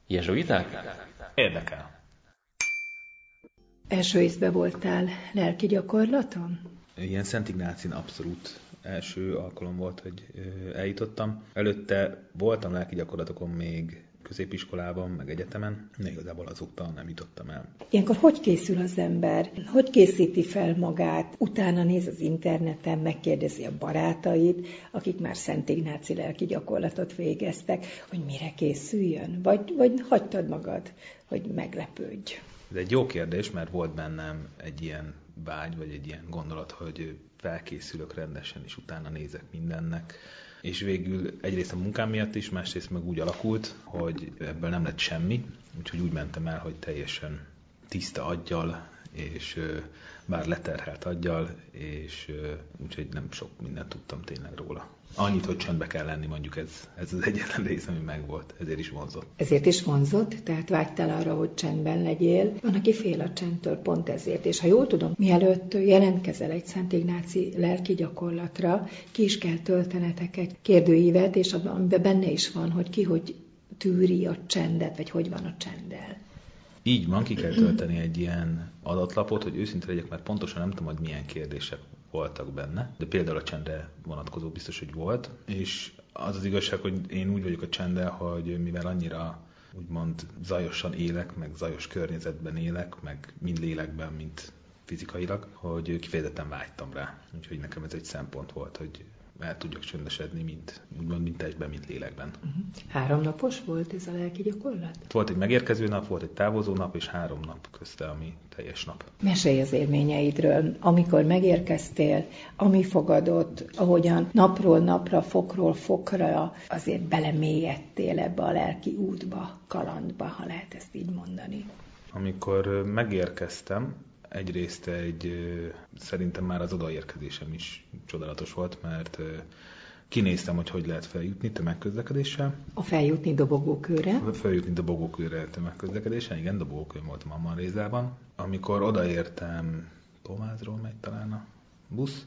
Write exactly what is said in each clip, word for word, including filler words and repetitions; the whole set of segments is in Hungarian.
Jezsuiták? Érdekel. Első észbe voltál lelki gyakorlaton? Ilyen Szent Ignácin abszolút első alkalom volt, hogy eljutottam. Előtte voltam lelki gyakorlatokon még középiskolában, meg egyetemen, de igazából azóta nem jutottam el. Ilyenkor hogy készül az ember? Hogy készíti fel magát? Utána néz az interneten, megkérdezi a barátait, akik már Szent Ignáci lelki gyakorlatot végeztek, hogy mire készüljön? Vagy, vagy hagytad magad, hogy meglepődj? Ez egy jó kérdés, mert volt bennem egy ilyen vágy, vagy egy ilyen gondolat, hogy felkészülök rendesen, és utána nézek mindennek. És végül egyrészt a munkám miatt is, másrészt meg úgy alakult, hogy ebből nem lett semmi, úgyhogy úgy mentem el, hogy teljesen tiszta aggyal, és bár leterhelt aggyal, és úgyhogy nem sok mindent tudtam tényleg róla. Annyit, hogy csöndbe kell lenni, mondjuk ez, ez az egyetlen rész, ami megvolt, ezért is vonzott. Ezért is vonzott, tehát vágytál arra, hogy csendben legyél. Van, aki fél a csendtől pont ezért, és ha jól tudom, mielőtt jelentkezel egy Szent Ignáci lelki gyakorlatra, ki is kell töltenetek egy kérdőívet, és amiben benne is van, hogy ki hogy tűri a csendet, vagy hogy van a csenddel. Így van, ki kell tölteni egy ilyen adatlapot, hogy őszinte legyek, mert pontosan nem tudom, hogy milyen kérdések voltak benne, de például a csendre vonatkozó biztos, hogy volt, és az az igazság, hogy én úgy vagyok a csenddel, hogy mivel annyira úgymond zajosan élek, meg zajos környezetben élek, meg mind lélekben, mind fizikailag, hogy kifejezetten vágytam rá. Úgyhogy nekem ez egy szempont volt, hogy el tudjak csöndesedni, mint, úgymond mind testben, mint lélekben. Három napos volt ez a lelki gyakorlat? Volt egy megérkező nap, volt egy távozó nap, és három nap közte, ami teljes nap. Mesélj az élményeidről, amikor megérkeztél, ami fogadott, ahogyan napról napra, fokról fokra azért belemélyedtél ebbe a lelki útba, kalandba, ha lehet ezt így mondani. Amikor megérkeztem, egyrészt egy, szerintem már az odaérkezésem is csodálatos volt, mert kinéztem, hogy hogy lehet feljutni tömegközlekedéssel. A feljutni dobogókőre? Feljutni dobogókőre tömegközlekedéssel, igen, dobogókőn voltam a Manrézában. Amikor odaértem, Pomázról megy talán a busz,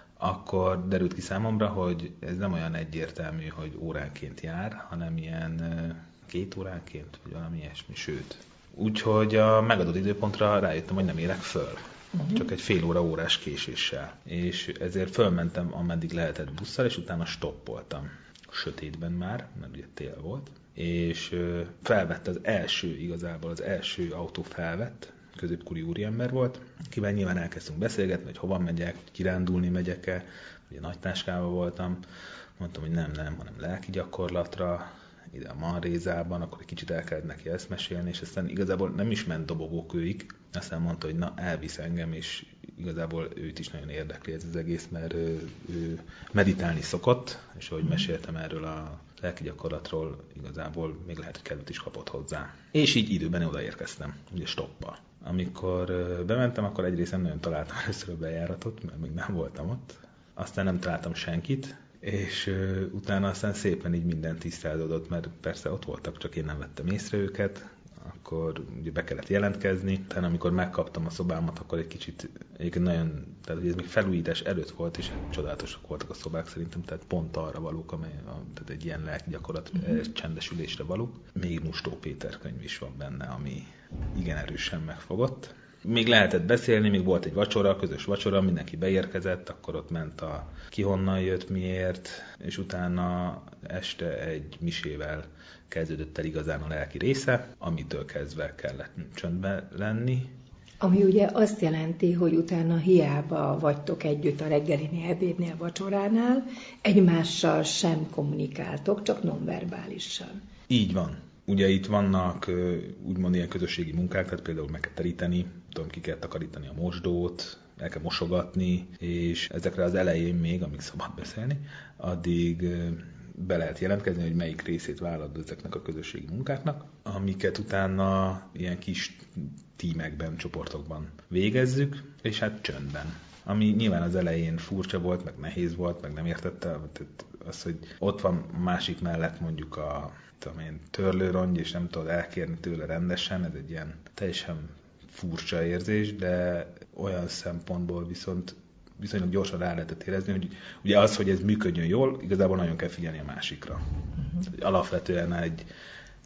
akkor derült ki számomra, hogy ez nem olyan egyértelmű, hogy óránként jár, hanem ilyen két óránként, vagy valami ilyesmi, sőt. Úgyhogy a megadott időpontra rájöttem, hogy nem érek föl. Uh-huh. Csak egy fél óra órás késéssel. És ezért fölmentem, ameddig lehetett busszal, és utána stoppoltam. Sötétben már, mert ugye tél volt. És felvett az első, igazából az első autó felvett, középkori úriember volt, akivel nyilván elkezdtünk beszélgetni, hogy hova megyek, kirándulni megyek-e, ugye nagy táskával voltam. Mondtam, hogy nem, nem, hanem lelki gyakorlatra, ide a Manrézában, akkor egy kicsit el kellett neki ezt mesélni, és aztán igazából nem is ment dobogókőig, aztán mondta, hogy na, elvisz engem, és igazából őt is nagyon érdekli ez az egész, mert ő, ő meditálni szokott, és ahogy meséltem erről a lelki gyakorlatról, igazából még lehet, hogy kedvet is kapott hozzá. És így időben odaérkeztem, ugye stoppal. Amikor bementem, akkor egyrészt nem nagyon találtam először a bejáratot, mert még nem voltam ott, aztán nem találtam senkit, és uh, utána aztán szépen így minden tisztázódott, mert persze ott voltak, csak én nem vettem észre őket, akkor ugye be kellett jelentkezni, utána amikor megkaptam a szobámat, akkor egy kicsit egyébként nagyon, tehát ez még felújítás előtt volt, és csodálatosak voltak a szobák szerintem, tehát pont arra valók, amely a, tehát egy ilyen lelki gyakorlat, mm-hmm. csendesülésre valók. Még Mustó Péter könyv is van benne, ami igen erősen megfogott. Még lehetett beszélni, még volt egy vacsora, közös vacsora, mindenki beérkezett, akkor ott ment a ki honnan jött, miért, és utána este egy misével kezdődött el igazán a lelki része, amitől kezdve kellett csöndben lenni. Ami ugye azt jelenti, hogy utána hiába vagytok együtt a reggelinél, ebédnél, vacsoránál, egymással sem kommunikáltok, csak nonverbálisan. Így van. Ugye itt vannak úgymond ilyen közösségi munkák, tehát például meg kell teríteni, tudom, ki kell takarítani a mosdót, el kell mosogatni, és ezekre az elején még, amíg szabad beszélni, addig be lehet jelentkezni, hogy melyik részét vállalod ezeknek a közösségi munkáknak, amiket utána ilyen kis tímekben, csoportokban végezzük, és hát csöndben. Ami nyilván az elején furcsa volt, meg nehéz volt, meg nem értette, az, hogy ott van másik mellett mondjuk a tudom én, törlőrongy, és nem tudod elkérni tőle rendesen, ez egy ilyen teljesen furcsa érzés, de olyan szempontból viszont viszonylag gyorsan rá lehetett érezni, hogy ugye az, hogy ez működjön jól, igazából nagyon kell figyelni a másikra. Uh-huh. Alapvetően egy,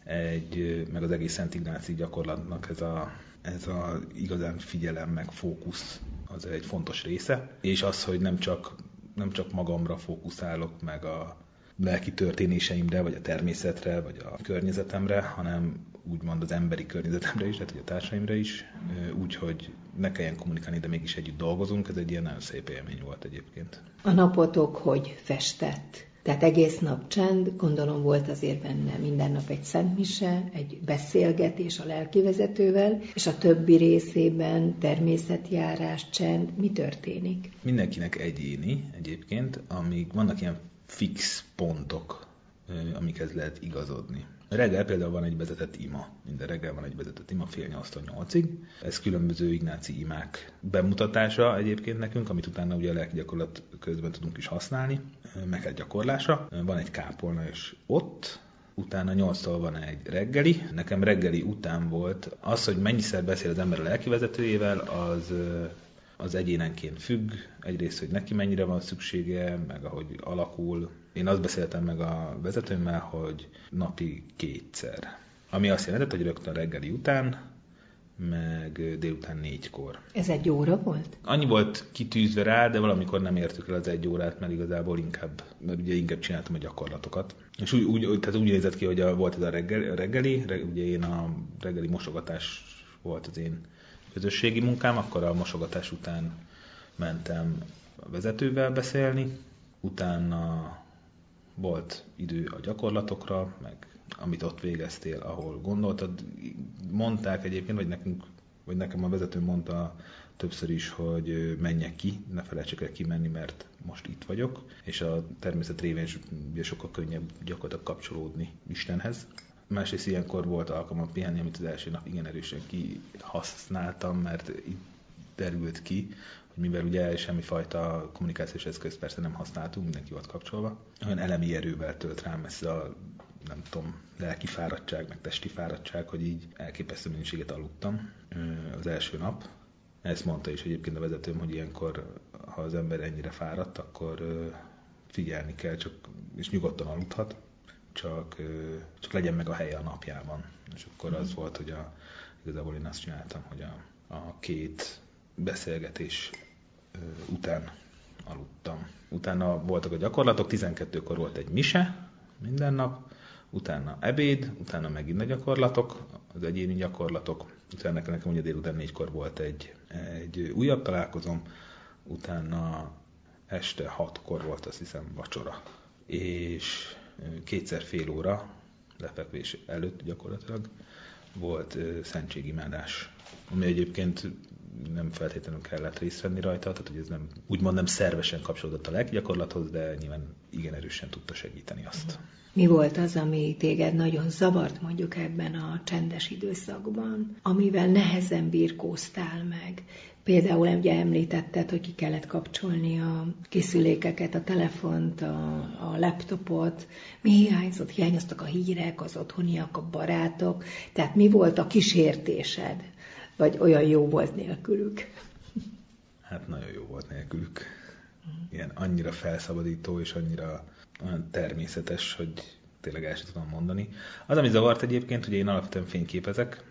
egy, meg az egész Szent Ignáci gyakorlatnak ez a, ez a igazán figyelem, meg fókusz, az egy fontos része. És az, hogy nem csak, nem csak magamra fókuszálok, meg a lelki történéseimre, vagy a természetre, vagy a környezetemre, hanem úgymond az emberi környezetemre is, tehát a társaimra is, úgy, hogy ne kelljen kommunikálni, de mégis együtt dolgozunk, ez egy ilyen nagyon szép élmény volt egyébként. A napotok hogy festett? Tehát egész nap csend, gondolom volt azért benne minden nap egy szentmise, egy beszélgetés a lelkivezetővel, és a többi részében természetjárás, csend, mi történik? Mindenkinek egyéni egyébként, amíg vannak ilyen fix pontok, amikhez lehet igazodni. Reggel például van egy vezetett ima. Minden reggel van egy vezetett ima fél nyolctól nyolcig. Ez különböző ignáci imák bemutatása egyébként nekünk, amit utána ugye a lelki gyakorlat közben tudunk is használni, meg egy gyakorlásra. Van egy kápolna is ott, utána nyolctól van egy reggeli. Nekem reggeli után volt az, hogy mennyiszer beszél az ember a lelkivezetőjével, az... az egyénenként függ, egyrészt, hogy neki mennyire van szüksége, meg ahogy alakul. Én azt beszéltem meg a vezetőmmel, hogy napi kétszer. Ami azt jelentett, hogy rögtön reggeli után, meg délután négykor. Ez egy óra volt? Annyi volt kitűzve rá, de valamikor nem értük el az egy órát, mert igazából inkább, mert ugye inkább csináltam a gyakorlatokat. És úgy, úgy, tehát úgy nézett ki, hogy a, volt ez a reggeli, reggeli, ugye én a reggeli mosogatás volt az én közösségi munkám, akkor a mosogatás után mentem a vezetővel beszélni, utána volt idő a gyakorlatokra, meg amit ott végeztél, ahol gondoltad. Mondták egyébként, vagy nekünk, vagy nekem a vezető mondta többször is, hogy menjek ki, ne felejtsek el kimenni, mert most itt vagyok, és a természet révén sokkal könnyebb gyakorlatilag kapcsolódni Istenhez. Másrészt ilyenkor volt alkalmam pihenni, amit az első nap igen erősen kihasználtam, mert itt derült ki, hogy mivel ugye semmifajta kommunikációs eszközt persze nem használtunk, mindenki volt kapcsolva, olyan elemi erővel tölt rám ez a, nem tudom, lelki fáradtság, meg testi fáradtság, hogy így elképesztő mennyiséget aludtam az első nap. Ezt mondta is egyébként a vezetőm, hogy ilyenkor, ha az ember ennyire fáradt, akkor figyelni kell, csak, és nyugodtan aludhat. Csak, csak legyen meg a helye a napjában. És akkor az volt, hogy a, igazából én azt csináltam, hogy a, a két beszélgetés után aludtam. Utána voltak a gyakorlatok, tizenkettőkor volt egy mise minden nap, utána ebéd, utána megint a gyakorlatok, az egyéni gyakorlatok, utána nekem ugye délután négykor volt egy, egy újabb találkozom, utána este hatkor volt, azt hiszem, vacsora. És kétszer fél óra lefekvés előtt gyakorlatilag volt szentségimádás, ami egyébként nem feltétlenül kellett részt venni rajta, tehát hogy ez nem, úgymond nem szervesen kapcsolódott a lelki gyakorlathoz, de nyilván igen erősen tudta segíteni azt. Mi volt az, ami téged nagyon zavart mondjuk ebben a csendes időszakban, amivel nehezen birkóztál meg? Például ugye említetted, hogy ki kellett kapcsolni a készülékeket, a telefont, a, a laptopot. Mi hiányzott? Hiányoztak a hírek, az otthoniak, a barátok? Tehát mi volt a kísértésed? Vagy olyan jó volt nélkülük? Hát nagyon jó volt nélkülük. Ilyen annyira felszabadító és annyira olyan természetes, hogy tényleg el sem tudom mondani. Az, ami zavart egyébként, hogy én alapvetően fényképezek,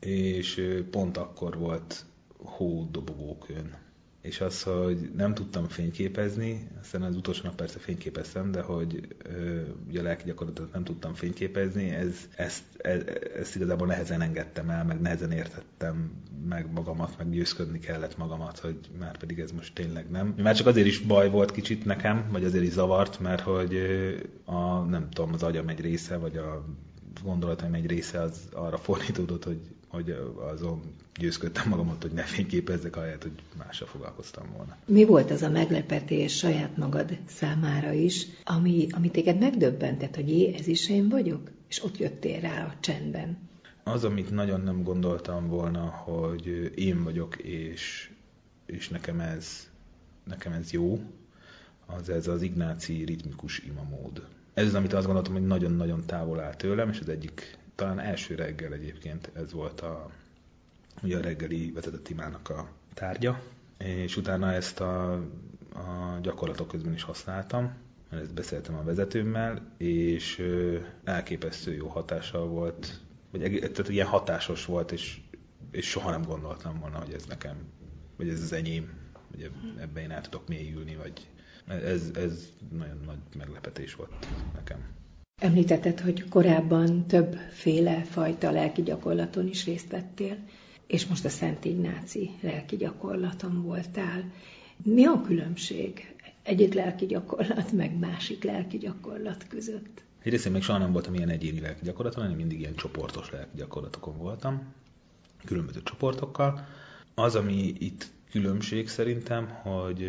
és pont akkor volt hó dobogókön. És az, hogy nem tudtam fényképezni, aztán az utolsó nap persze fényképeztem, de hogy ö, ugye a lelki gyakorlatot nem tudtam fényképezni, ez, ezt, ez, ezt igazából nehezen engedtem el, meg nehezen értettem meg magamat, meg győzködni kellett magamat, hogy már pedig ez most tényleg nem. Már csak azért is baj volt kicsit nekem, vagy azért is zavart, mert hogy a, nem tudom, az agyam egy része, vagy a gondolataim egy része az arra fordítódott, hogy, hogy azon győzködtem magamat, hogy ne fényképezzek, ahelyett, hogy mással foglalkoztam volna. Mi volt az a meglepetés saját magad számára is, ami, ami téged megdöbbentett, hogy jé, ez is én vagyok? És ott jöttél rá a csendben. Az, amit nagyon nem gondoltam volna, hogy én vagyok, és, és nekem, ez, nekem ez jó, az ez az ignáci ritmikus imamód. Ez az, amit azt gondoltam, hogy nagyon-nagyon távol áll tőlem, és az egyik, talán első reggel egyébként ez volt a, ugye a reggeli vezetett imának a tárgya, és utána ezt a, a gyakorlatok közben is használtam, ezt beszéltem a vezetőmmel, és elképesztő jó hatással volt, vagy tehát ilyen hatásos volt, és, és soha nem gondoltam volna, hogy ez nekem, vagy ez az enyém, hogy ebben én el tudok mélyülni, vagy ez, ez nagyon nagy meglepetés volt nekem. Említetted, hogy korábban többféle fajta lelki gyakorlaton is részt vettél, és most a Szent Ignáci lelki gyakorlaton voltál. Mi a különbség egyik lelki gyakorlat, meg másik lelki gyakorlat között? Egyrészt én még soha nem voltam ilyen egyéni lelki gyakorlaton, hanem mindig ilyen csoportos lelki gyakorlatokon voltam, különböző csoportokkal. Az, ami itt különbség szerintem, hogy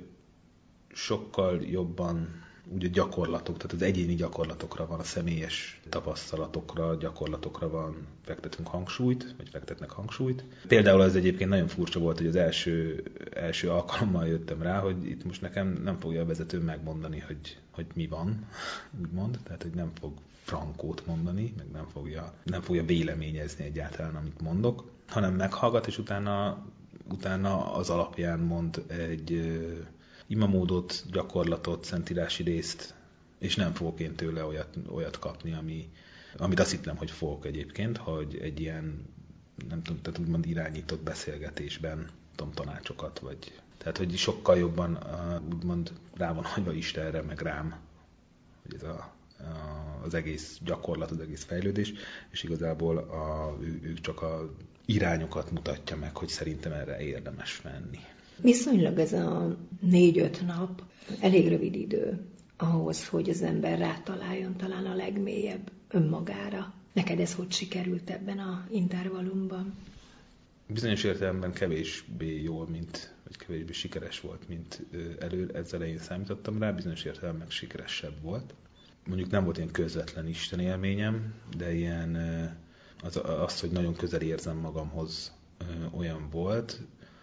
sokkal jobban úgy a gyakorlatok, tehát az egyéni gyakorlatokra van, a személyes tapasztalatokra, gyakorlatokra van, fektetünk hangsúlyt, vagy fektetnek hangsúlyt. Például az egyébként nagyon furcsa volt, hogy az első, első alkalommal jöttem rá, hogy itt most nekem nem fogja a vezető megmondani, hogy, hogy mi van, úgymond, tehát hogy nem fog frankót mondani, meg nem fogja, nem fogja véleményezni egyáltalán, amit mondok, hanem meghallgat, és utána, utána az alapján mond egy imamódot, gyakorlatot, szentírási részt, és nem fogok én tőle olyat, olyat kapni, ami, amit azt hittem, hogy fogok egyébként, hogy egy ilyen, nem tudom, tehát úgymond irányított beszélgetésben tudom tanácsokat, vagy tehát, hogy sokkal jobban úgymond rá van hagyva Istenre, meg rám, hogy ez a, a, az egész gyakorlat, az egész fejlődés, és igazából a, ő, ő csak a irányokat mutatja meg, hogy szerintem erre érdemes menni. Viszonylag ez a négy-öt nap elég rövid idő ahhoz, hogy az ember rátaláljon talán a legmélyebb önmagára. Neked ez hogy sikerült ebben az intervallumban? Bizonyos értelemben kevésbé jól, mint, vagy kevésbé sikeres volt, mint elő, ezzel elején számítottam rá, bizonyos értelemben sikeresebb volt. Mondjuk nem volt ilyen közvetlen Isten élményem, de ilyen az, az, hogy nagyon közel érzem magamhoz, olyan volt.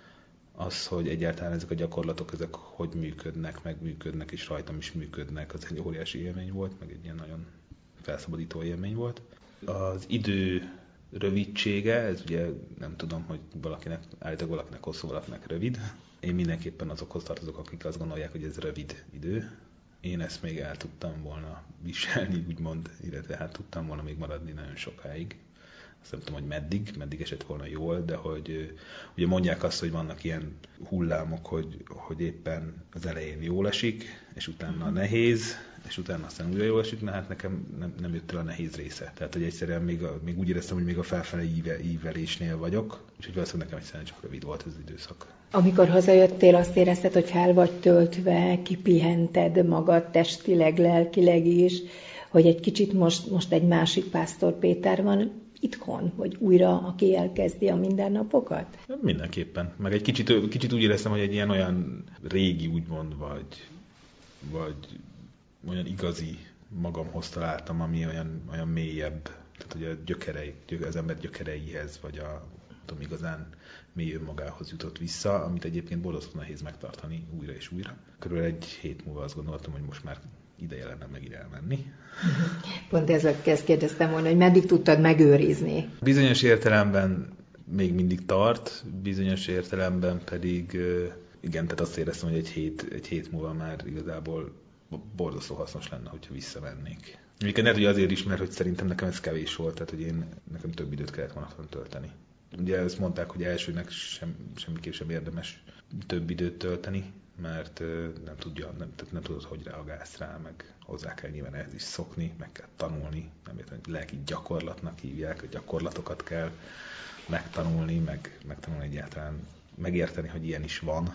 Az, hogy egyáltalán ezek a gyakorlatok, ezek hogy működnek, meg működnek, és rajtam is működnek, az egy óriási élmény volt, meg egy ilyen nagyon felszabadító élmény volt. Az idő rövidsége, ez ugye nem tudom, hogy valakinek, állítólag valakinek hosszú, valakinek rövid. Én mindenképpen azokhoz tartozok, akik azt gondolják, hogy ez rövid idő. Én ezt még el tudtam volna viselni, úgymond, illetve hát tudtam volna még maradni nagyon sokáig. Azt nem tudom, hogy meddig, meddig esett volna jól, de hogy ugye mondják azt, hogy vannak ilyen hullámok, hogy, hogy éppen az elején jól esik, és utána nehéz, és utána aztán újra jól esik, na hát nekem nem, nem jött el a nehéz része. Tehát, hogy egyszerűen még, a, még úgy éreztem, hogy még a felfele íve, ívelésnél vagyok, és hogy valószínűleg nekem egyszerűen csak rövid volt ez az időszak. Amikor hazajöttél, azt érezted, hogy fel vagy töltve, kipihented magad testileg, lelkileg is, hogy egy kicsit most, most egy másik Pásztor Péter van itthon, hogy újra, aki elkezdi a mindennapokat? Mindenképpen. Meg egy kicsit, kicsit úgy éreztem, hogy egy ilyen olyan régi, úgymond, vagy, vagy olyan igazi magamhoz találtam, ami olyan, olyan mélyebb, tehát hogy a gyökerei, az ember gyökereihez, vagy a tudom, igazán mély önmagához jutott vissza, amit egyébként borzasztó nehéz megtartani újra és újra. Körülbelül egy hét múlva azt gondoltam, hogy most már ideje lenne megint elmenni. Pont ezt kérdeztem volna, hogy meddig tudtad megőrizni? Bizonyos értelemben még mindig tart, bizonyos értelemben pedig igen, tehát azt éreztem, hogy egy hét, egy hét múlva már igazából borzasztó hasznos lenne, hogyha visszamennék. Egyébként lehet, hogy azért is, mert hogy szerintem nekem ez kevés volt, tehát hogy én nekem több időt kellett volna tölteni. Ugye ezt mondták, hogy elsőnek sem, semmiképp sem érdemes több időt tölteni, mert nem tudja, nem, tehát nem tudod, hogy reagálsz rá, meg hozzá kell nyilván ehhez is szokni, meg kell tanulni, nem értem, hogy lelki gyakorlatnak hívják, a gyakorlatokat kell megtanulni, meg megtanulni egyáltalán, megérteni, hogy ilyen is van,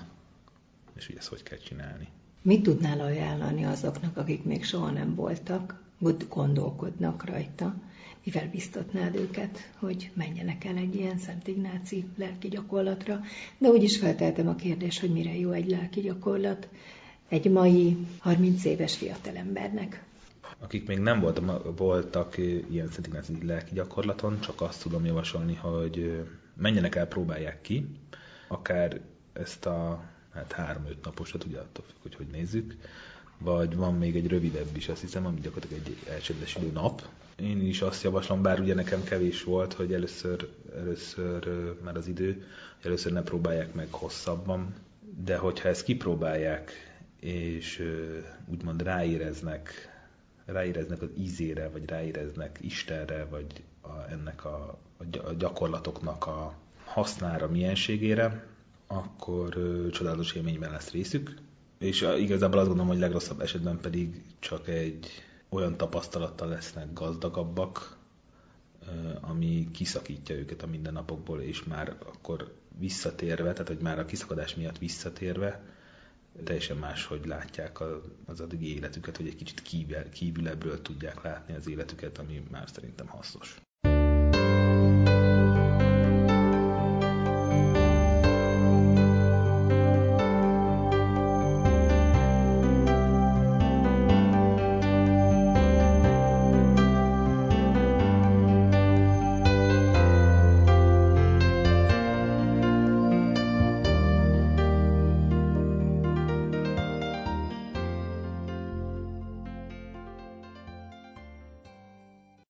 és hogy ezt hogy kell csinálni. Mit tudnál ajánlani azoknak, akik még soha nem voltak, vagy gondolkodnak rajta? Mivel biztatnád őket, hogy menjenek el egy ilyen Szent Ignáci lelki gyakorlatra? De úgyis felteltem a kérdést, hogy mire jó egy lelki gyakorlat egy mai harminc éves fiatalembernek. Akik még nem voltak, voltak ilyen Szent Ignáci lelki gyakorlaton, csak azt tudom javasolni, hogy menjenek el, próbálják ki, akár ezt a hát három-öt naposat, ugye attól függ, hogy hogy nézzük, vagy van még egy rövidebb is, azt hiszem, ami gyakorlatilag egy elcsendesülő nap. Én is azt javaslom, bár ugye nekem kevés volt, hogy először, először már az idő, hogy először ne próbálják meg hosszabban, de hogyha ezt kipróbálják, és úgymond ráéreznek, ráéreznek az ízére, vagy ráéreznek Istenre, vagy a, ennek a, a gyakorlatoknak a hasznára, mienségére, akkor ö, csodálatos élményben lesz részük. És a, igazából azt gondolom, hogy legrosszabb esetben pedig csak egy olyan tapasztalattal lesznek gazdagabbak, ö, ami kiszakítja őket a mindennapokból, és már akkor visszatérve, tehát hogy már a kiszakadás miatt visszatérve, teljesen máshogy látják az addigi életüket, hogy egy kicsit kívül, kívülebbről tudják látni az életüket, ami már szerintem hasznos.